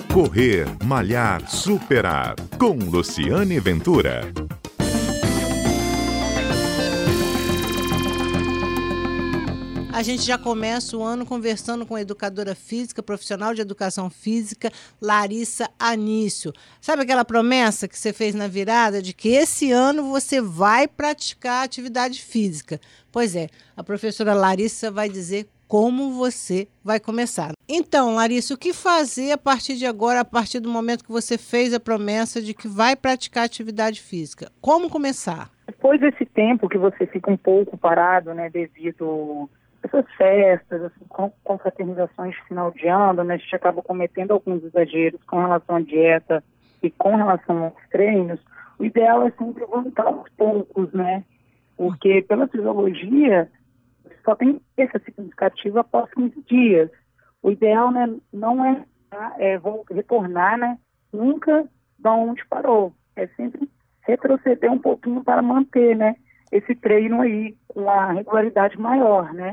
Correr, Malhar, Superar, com Luciane Ventura. A gente já começa o ano conversando com a educadora física, profissional de educação física, Larissa Anício. Sabe aquela promessa que você fez na virada de que esse ano você vai praticar atividade física? Pois é, a professora Larissa vai dizer como você vai começar. Então, Larissa, o que fazer a partir de agora, a partir do momento que você fez a promessa de que vai praticar atividade física? Como começar? Depois desse tempo que você fica um pouco parado, né, devido a essas festas, assim, confraternizações de final de ano, né, a gente acaba cometendo alguns exageros com relação à dieta e com relação aos treinos. O ideal é sempre voltar aos poucos, né, porque pela fisiologia só tem essa significativa após 15 dias. O ideal, né, não é retornar, né, nunca da onde parou. É sempre retroceder um pouquinho para manter, né, esse treino aí com a regularidade maior, né.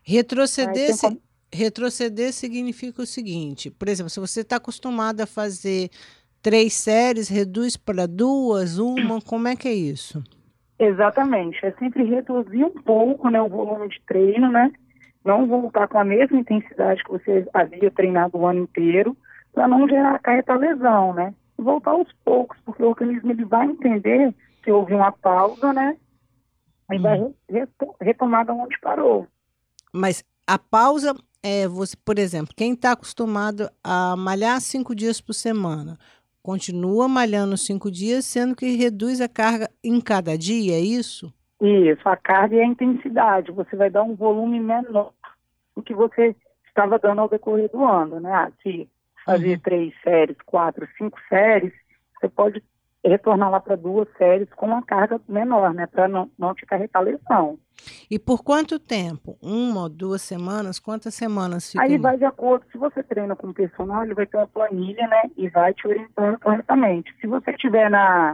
Retroceder significa o seguinte, por exemplo, se você está acostumado a fazer 3 séries, reduz para 2, 1, como é que é isso? Exatamente, é sempre reduzir um pouco, né, o volume de treino, né, não voltar com a mesma intensidade que você havia treinado o ano inteiro, para não gerar acarretar lesão, né, e voltar aos poucos, porque o organismo ele vai entender que houve uma pausa, né, e vai retomar de onde parou. Mas a pausa você, por exemplo, quem está acostumado a malhar 5 dias por semana, continua malhando 5 dias, sendo que reduz a carga em cada dia, é isso? Isso, a carga e a intensidade. Você vai dar um volume menor do que você estava dando ao decorrer do ano, né? Se fazer 3 séries, 4, 5 séries, você pode retornar lá para 2 séries com uma carga menor, né? Para não te carregar lesão. E por quanto tempo? 1 ou 2 semanas? Quantas semanas fica? Aí vai de acordo, se você treina com o personal, ele vai ter uma planilha, né? E vai te orientando corretamente. Se você estiver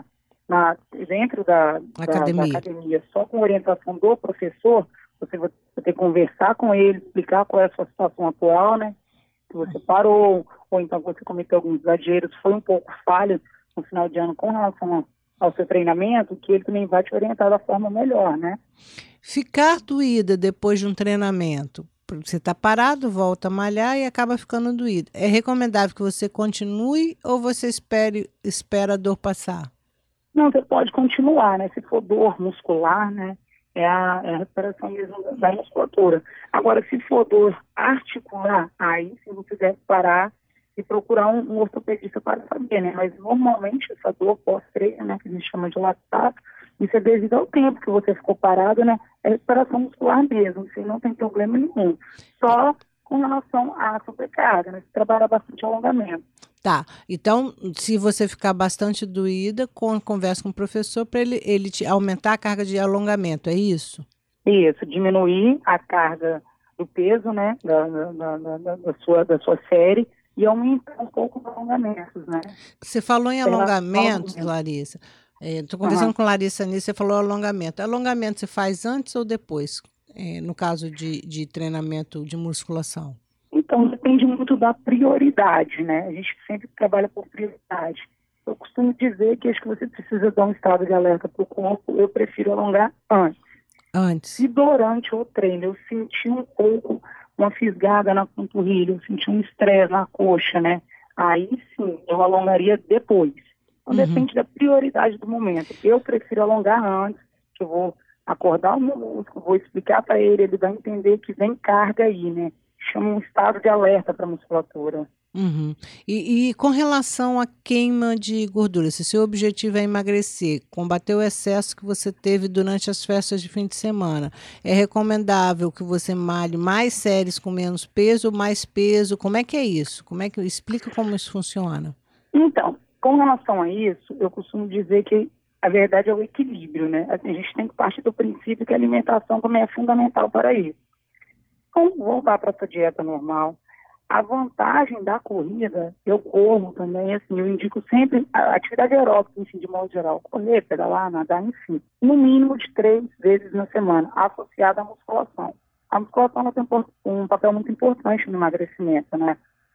dentro da academia só com orientação do professor, você vai ter que conversar com ele, explicar qual é a sua situação atual, né? Que você parou, ou então você cometeu alguns exageros, foi um pouco falha no final de ano com relação ao seu treinamento, que ele também vai te orientar da forma melhor, né? Ficar doída depois de um treinamento, você está parado, volta a malhar e acaba ficando doída. É recomendável que você continue ou você espera a dor passar? Não, você pode continuar, né? Se for dor muscular, né? É a recuperação mesmo da musculatura. Agora, se for dor articular, aí sim você deve parar e procurar um ortopedista para saber, né? Mas normalmente essa dor pós-treino, né, que a gente chama de lactato, isso é devido ao tempo que você ficou parado, né? É recuperação muscular mesmo, isso não tem problema nenhum. Só com relação à sobrecarga, né? Você trabalha bastante alongamento. Tá, então se você ficar bastante doída, conversa com o professor para ele te aumentar a carga de alongamento, é isso? Isso, diminuir a carga do peso, né, da sua série e aumentar um pouco os alongamentos, né? Você falou em alongamentos, Larissa. Estou conversando com Larissa nisso, você falou alongamento. Alongamento você faz antes ou depois, no caso de treinamento de musculação? Então, depende muito da prioridade, né? A gente sempre trabalha por prioridade. Eu costumo dizer que acho que você precisa dar um estado de alerta para o corpo, eu prefiro alongar antes. Se durante o treino eu sentir um pouco uma fisgada na panturrilha, eu sentir um estresse na coxa, né? Aí sim, eu alongaria depois. Então depende da prioridade do momento. Eu prefiro alongar antes, que eu vou acordar o meu músculo, vou explicar para ele vai entender que vem carga aí, né? Chama um estado de alerta para a musculatura. E com relação à queima de gordura, se seu objetivo é emagrecer, combater o excesso que você teve durante as festas de fim de semana, é recomendável que você malhe mais séries com menos peso ou mais peso? Como é que é isso? Explica como isso funciona. Então, com relação a isso, eu costumo dizer que a verdade é o equilíbrio, né? Assim, a gente tem que partir do princípio que a alimentação também é fundamental para isso. Então, voltar para essa dieta normal. A vantagem da corrida, eu corro também, assim, eu indico sempre a atividade aeróbica, enfim, de modo geral, correr, pedalar, nadar, enfim, no mínimo de 3 vezes na semana, associada à musculação. A musculação ela tem um papel muito importante no emagrecimento, né?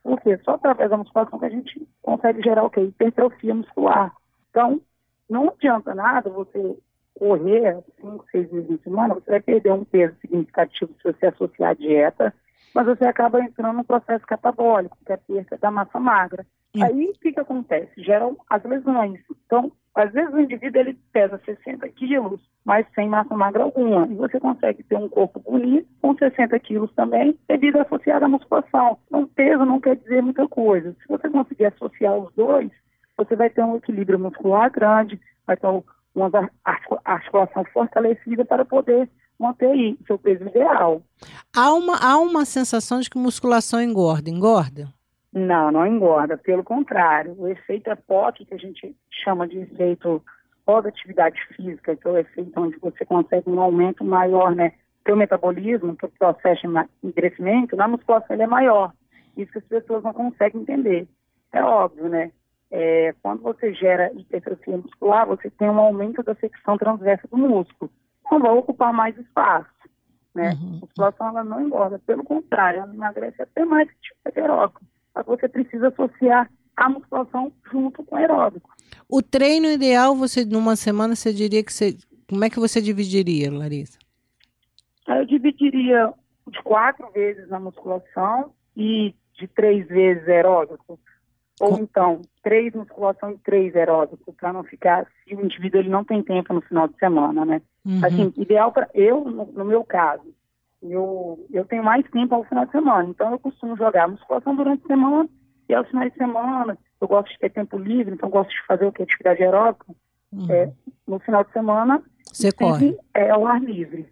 Porque só através da musculação que a gente consegue gerar o quê? Hipertrofia muscular. Então, não adianta nada você correr 5, 6 vezes na semana, você vai perder um peso significativo se você associar a dieta, mas você acaba entrando num processo catabólico, que é a perda da massa magra. Aí, o que acontece? Geram as lesões. Então, às vezes o indivíduo ele pesa 60 quilos, mas sem massa magra alguma. E você consegue ter um corpo bonito, com 60 quilos também, devido associado à musculação. Então, peso não quer dizer muita coisa. Se você conseguir associar os dois, você vai ter um equilíbrio muscular grande, vai ter uma articulação fortalecida para poder manter aí seu peso ideal. Há uma sensação de que musculação engorda. Engorda? Não, não engorda. Pelo contrário, o efeito EPOC, que a gente chama de efeito pós-atividade física, que é o efeito onde você consegue um aumento maior, né, do metabolismo, que é o processo de emagrecimento, na musculação ele é maior. Isso que as pessoas não conseguem entender. É óbvio, né? Quando você gera hipertrofia muscular, você tem um aumento da secção transversa do músculo. Não vai ocupar mais espaço, né? A musculação ela não engorda. Pelo contrário, ela emagrece até mais que tipo de aeróbico. Mas você precisa associar a musculação junto com o aeróbico. O treino ideal, numa semana, você diria que como é que você dividiria, Larissa? Eu dividiria de 4 vezes na musculação e de 3 vezes aeróbico. Ou então, 3 musculação e 3 aeróbico, para não ficar, se o indivíduo ele não tem tempo no final de semana, né? Assim, ideal para eu, no meu caso, eu tenho mais tempo ao final de semana, então eu costumo jogar musculação durante a semana e aos finais de semana eu gosto de ter tempo livre, então eu gosto de fazer atividade aeróbica. No final de semana, você corre? Ao ar livre.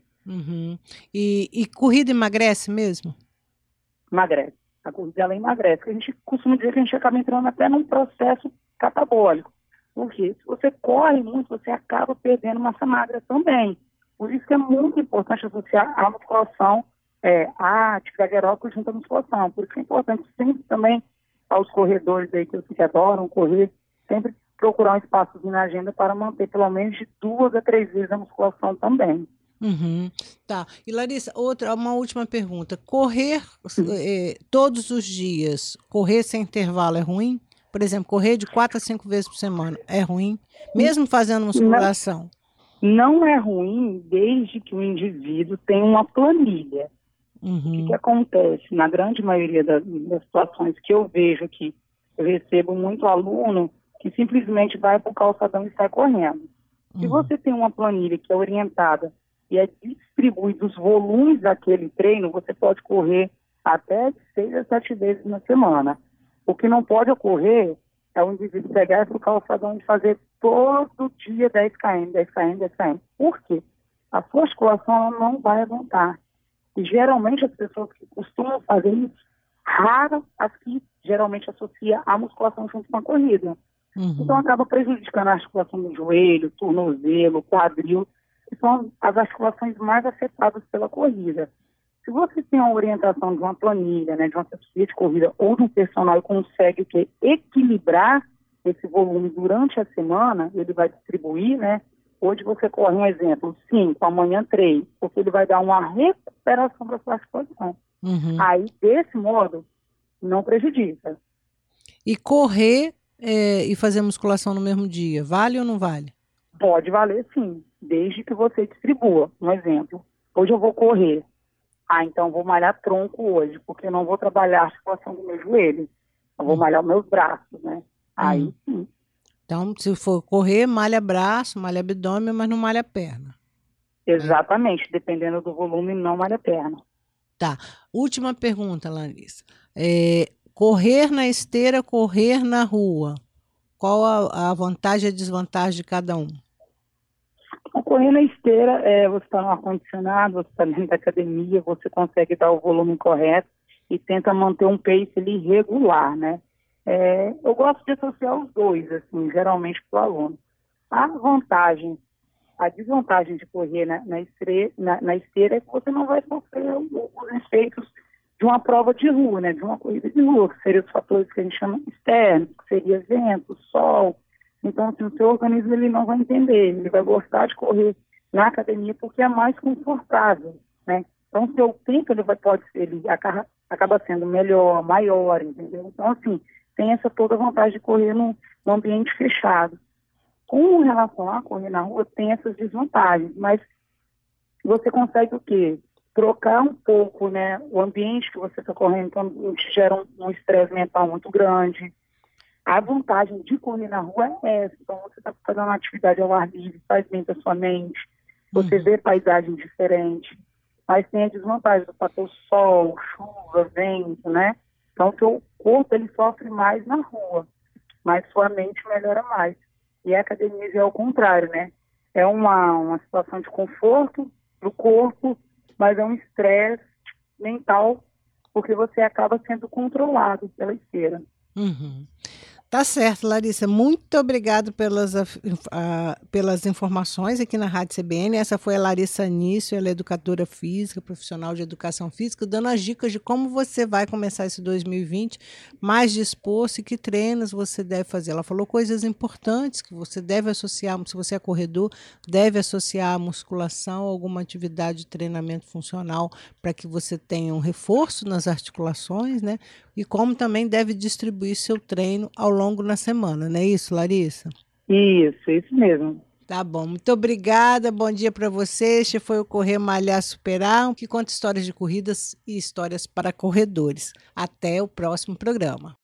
E corrida emagrece mesmo? Emagrece. A corrida ela emagrece. A gente costuma dizer que a gente acaba entrando até num processo catabólico. Porque se você corre muito, você acaba perdendo massa magra também. Por isso que é muito importante associar a musculação, a atividade aeróbica junto à musculação. Por isso que é importante sempre também aos corredores aí que adoram correr, sempre procurar um espaçozinho na agenda para manter pelo menos de 2 a 3 vezes a musculação também. Tá. E Larissa, uma última pergunta. Correr todos os dias, correr sem intervalo é ruim? Por exemplo, correr de 4 a 5 vezes por semana é ruim? Mesmo fazendo musculação? Não é ruim desde que o indivíduo tenha uma planilha. O que acontece? Na grande maioria das situações que eu vejo aqui, eu recebo muito aluno que simplesmente vai para o calçadão e sai correndo. Se você tem uma planilha que é orientada e distribuído os volumes daquele treino, você pode correr até de 6 a 7 vezes na semana. O que não pode ocorrer é o indivíduo pegar esse calçadão e fazer todo dia 10 km, 10 km, 10 km. Por quê? A sua articulação ela não vai aguentar. E geralmente as pessoas que costumam fazer isso, raro as que geralmente associam a musculação junto com a corrida. Então acaba prejudicando a articulação do joelho, tornozelo, quadril, que são as articulações mais afetadas pela corrida. Se você tem a orientação de uma planilha, né, de uma assessoria de corrida ou de um personal e consegue equilibrar esse volume durante a semana, ele vai distribuir, né? Hoje você corre um exemplo, 5, amanhã 3, porque ele vai dar uma recuperação da sua articulação. Aí, desse modo, não prejudica. E correr e fazer musculação no mesmo dia, vale ou não vale? Pode valer sim, desde que você distribua. Um exemplo, hoje eu vou correr. Então vou malhar tronco hoje, porque eu não vou trabalhar a articulação do meu joelho. Eu vou malhar os meus braços, né? Aí sim. Então, se for correr, malha braço, malha abdômen, mas não malha perna. Exatamente, dependendo do volume, não malha perna. Tá. Última pergunta, Larissa. Correr na esteira, correr na rua. Qual a vantagem e a desvantagem de cada um? Correr na esteira, você está no ar-condicionado, você está dentro da academia, você consegue dar o volume correto e tenta manter um pace ali regular, né? Eu gosto de associar os dois, assim, geralmente para o aluno. A desvantagem de correr na esteira é que você não vai sofrer os efeitos de uma prova de rua, né? De uma corrida de rua, que seriam os fatores que a gente chama externos, que seria vento, sol. Então, assim, o seu organismo ele não vai entender, ele vai gostar de correr na academia porque é mais confortável, né? Então, o seu tempo ele acaba sendo melhor, maior, entendeu? Então, assim, tem essa toda vantagem de correr num ambiente fechado. Com relação a correr na rua, tem essas desvantagens, mas você consegue o quê? Trocar um pouco, né, o ambiente que você está correndo, então te gera um estresse mental muito grande. A vantagem de correr na rua é essa. Então, você está fazendo uma atividade ao ar livre, faz bem para sua mente, você vê paisagem diferente, mas tem a desvantagem do fator sol, chuva, vento, né? Então, o seu corpo ele sofre mais na rua, mas sua mente melhora mais. E a academia já é o contrário, né? É uma situação de conforto para o corpo, mas é um estresse mental, porque você acaba sendo controlado pela esteira. Uhum. Tá certo, Larissa. Muito obrigado pelas informações aqui na Rádio CBN. Essa foi a Larissa Anício, ela é educadora física, profissional de educação física, dando as dicas de como você vai começar esse 2020 mais disposto e que treinos você deve fazer. Ela falou coisas importantes que você deve associar, se você é corredor, deve associar a musculação a alguma atividade de treinamento funcional para que você tenha um reforço nas articulações, né? E como também deve distribuir seu treino ao longo na semana, não é isso, Larissa? Isso mesmo. Tá bom, muito obrigada, bom dia para você. Este foi o Correr Malhar Superar, que conta histórias de corridas e histórias para corredores. Até o próximo programa.